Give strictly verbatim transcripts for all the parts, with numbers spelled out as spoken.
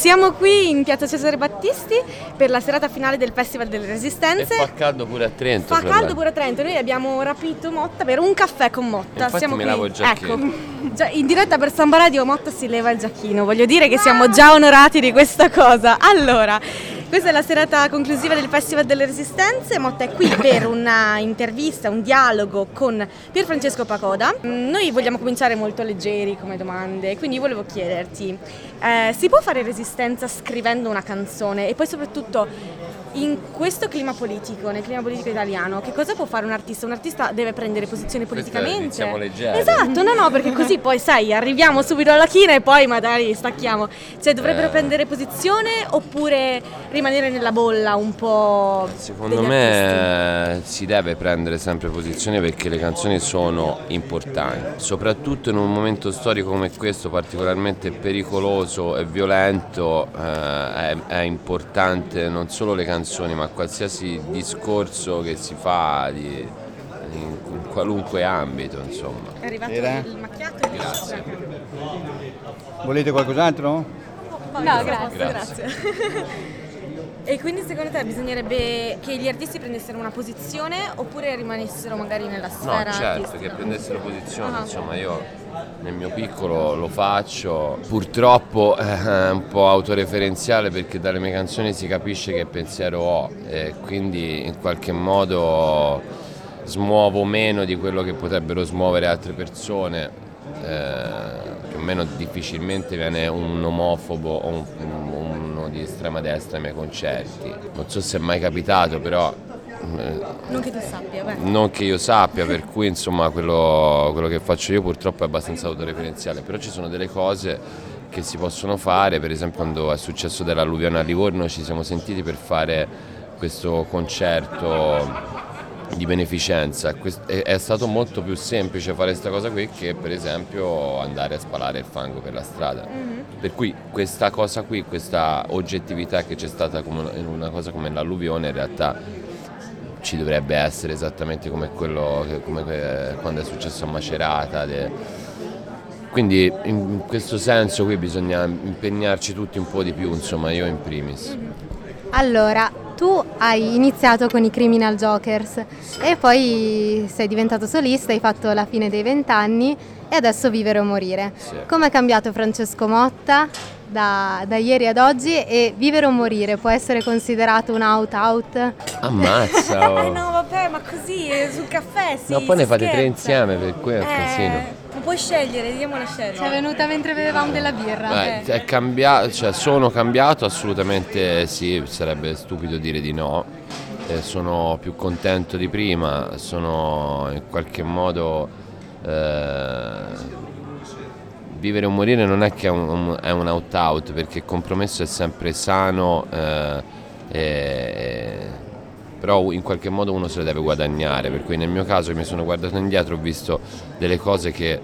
Siamo qui in piazza Cesare Battisti per la serata finale del Festival delle Resistenze. E fa caldo pure a Trento. Fa caldo pure a Trento. Noi abbiamo rapito Motta per un caffè con Motta. Infatti siamo mi qui. lavo il giacchino. Ecco, già in diretta per Samba Radio Motta si leva il giacchino. Voglio dire che siamo già onorati di questa cosa. Allora, questa è la serata conclusiva del Festival delle Resistenze. Motta è qui per una intervista, un dialogo con Pierfrancesco Pacoda. Noi vogliamo cominciare molto leggeri come domande, quindi volevo chiederti, eh, si può fare resistenza scrivendo una canzone? E poi soprattutto in questo clima politico, nel clima politico italiano, che cosa può fare un artista? Un artista deve prendere posizione politicamente. Iniziamo leggeri. Esatto, no no, perché così poi sai, arriviamo subito alla china e poi magari stacchiamo. Cioè dovrebbero Eh. prendere posizione oppure rimanere nella bolla un po'? Secondo degli me artisti? si deve prendere sempre posizione perché le canzoni sono importanti, soprattutto in un momento storico come questo particolarmente pericoloso e violento. eh, è, è importante non solo le canzoni ma qualsiasi discorso che si fa di, in, in qualunque ambito, insomma. È arrivato Era? il macchiato. Grazie. Volete qualcos'altro? No, grazie, Grazie. grazie. E quindi secondo te bisognerebbe che gli artisti prendessero una posizione oppure rimanessero magari nella No, sfera certo, artistica? che prendessero posizione, Ah. insomma io nel mio piccolo lo faccio, purtroppo è un po' autoreferenziale perché dalle mie canzoni si capisce che pensiero ho e quindi in qualche modo smuovo meno di quello che potrebbero smuovere altre persone. Eh, più o meno difficilmente viene un omofobo o un, uno di estrema destra ai miei concerti. Non so se è mai capitato, però eh, Non che tu sappia, beh. non che io sappia, per cui insomma quello, quello che faccio io purtroppo è abbastanza autoreferenziale, però ci sono delle cose che si possono fare. Per esempio quando è successo dell'alluvione a Livorno ci siamo sentiti per fare questo concerto di beneficenza. È stato molto più semplice fare questa cosa qui che per esempio andare a spalare il fango per la strada. Mm-hmm. Per cui questa cosa qui, questa oggettività che c'è stata in una cosa come l'alluvione, in realtà ci dovrebbe essere esattamente come quello che, come quando è successo a Macerata. Quindi in questo senso qui bisogna impegnarci tutti un po' di più, insomma, io in primis. Allora, tu hai iniziato con i Criminal Jokers e poi sei diventato solista, hai fatto la fine dei vent'anni e adesso Vivere o Morire. Sì. Come è cambiato Francesco Motta da, da ieri ad oggi e Vivere o Morire può essere considerato un out-out? Ammazza! Oh. Eh no, vabbè, ma così eh, sul caffè sì. No, poi ne si fate tre scherza. insieme, per cui è un Eh, casino. Ma puoi scegliere, diamola scegliere. Ci è venuta mentre bevevamo della birra. Beh, è cambiato, cioè sono cambiato assolutamente sì, sarebbe stupido dire di no. Eh, sono più contento di prima, sono in qualche modo eh, Vivere o Morire non è che è un, un, è un out-out, perché il compromesso è sempre sano, eh, e, però in qualche modo uno se le deve guadagnare, per cui nel mio caso mi sono guardato indietro, ho visto delle cose che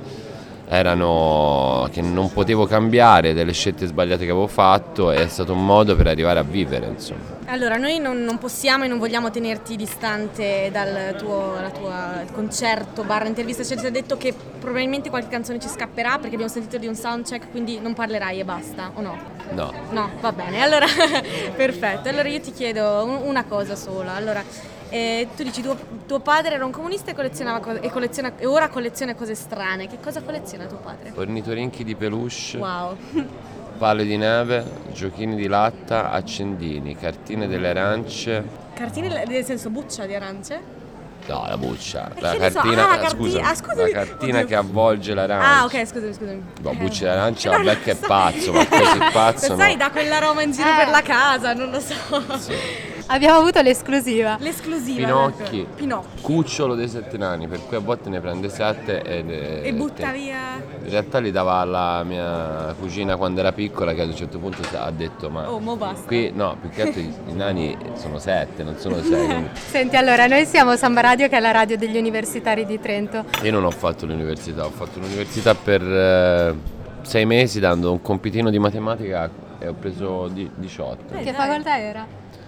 erano che non potevo cambiare, delle scelte sbagliate che avevo fatto, e è stato un modo per arrivare a vivere, insomma. Allora, noi non, non possiamo e non vogliamo tenerti distante dal tuo dalla tua concerto barra intervista. Ci hai detto che probabilmente qualche canzone ci scapperà perché abbiamo sentito di un soundcheck, quindi non parlerai e basta, o no? No. No, va bene, allora perfetto. Allora io ti chiedo un- una cosa sola. Allora, eh, tu dici tuo, tuo padre era un comunista e collezionava cose, e, colleziona, e ora colleziona cose strane. Che cosa colleziona tuo padre? Ornitorinchi di peluche, Wow. palle di neve, giochini di latta, accendini, cartine delle arance. Cartine nel senso buccia di arance? No, la buccia, Eh, la che ne so, cartina, ah, la eh, carti- scusami, ah, scusami. la cartina Oddio. che avvolge l'arancia. Ah, ok, scusami, scusami. No, Eh, bucce d'arancia, no, vabbè non che è so. pazzo, ma così pazzo Sai, no. dà quell'aroma in giro Eh. per la casa, non lo so. Sì. Abbiamo avuto l'esclusiva. L'esclusiva. Pinocchi, ecco. Pinocchi. cucciolo dei sette nani, per cui a volte ne prende sette e, le- E butta te- via. In realtà li dava alla mia cugina quando era piccola, che ad un certo punto ha detto ma Oh, mo basta. qui no, più che altro i, i nani sono sette, non sono sei. quindi- Senti, allora, noi siamo Samba Radio, che è la radio degli universitari di Trento. Io non ho fatto l'università, ho fatto l'università per eh, sei mesi dando un compitino di matematica e ho preso di- diciotto. Eh, Che dai. facoltà era?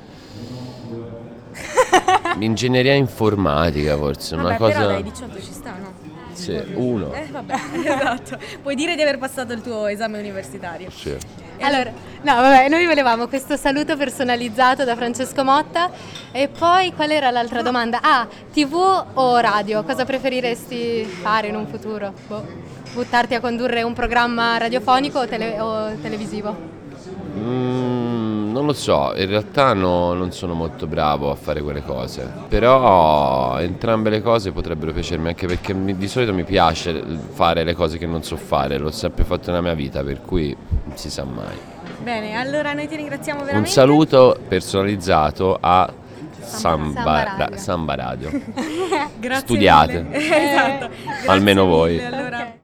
Ingegneria informatica forse, Vabbè, una cosa... però dai, diciotto ci sta, no? Sì, uno. Eh, vabbè, esatto. Puoi dire di aver passato il tuo esame universitario. Sì. Allora, no, vabbè, noi volevamo questo saluto personalizzato da Francesco Motta e poi qual era l'altra domanda? Ah, tivù o radio? Cosa preferiresti fare in un futuro? Boh, buttarti a condurre un programma radiofonico o, tele- o televisivo? Mm, non lo so, in realtà no, non sono molto bravo a fare quelle cose, però entrambe le cose potrebbero piacermi, anche perché mi- di solito mi piace fare le cose che non so fare, l'ho sempre fatto nella mia vita, per cui non si sa mai. Bene, allora noi ti ringraziamo Un veramente. saluto personalizzato a Samba Samba, Radio. Samba Radio. Grazie Studiate. mille. Esatto. Grazie Almeno voi. mille.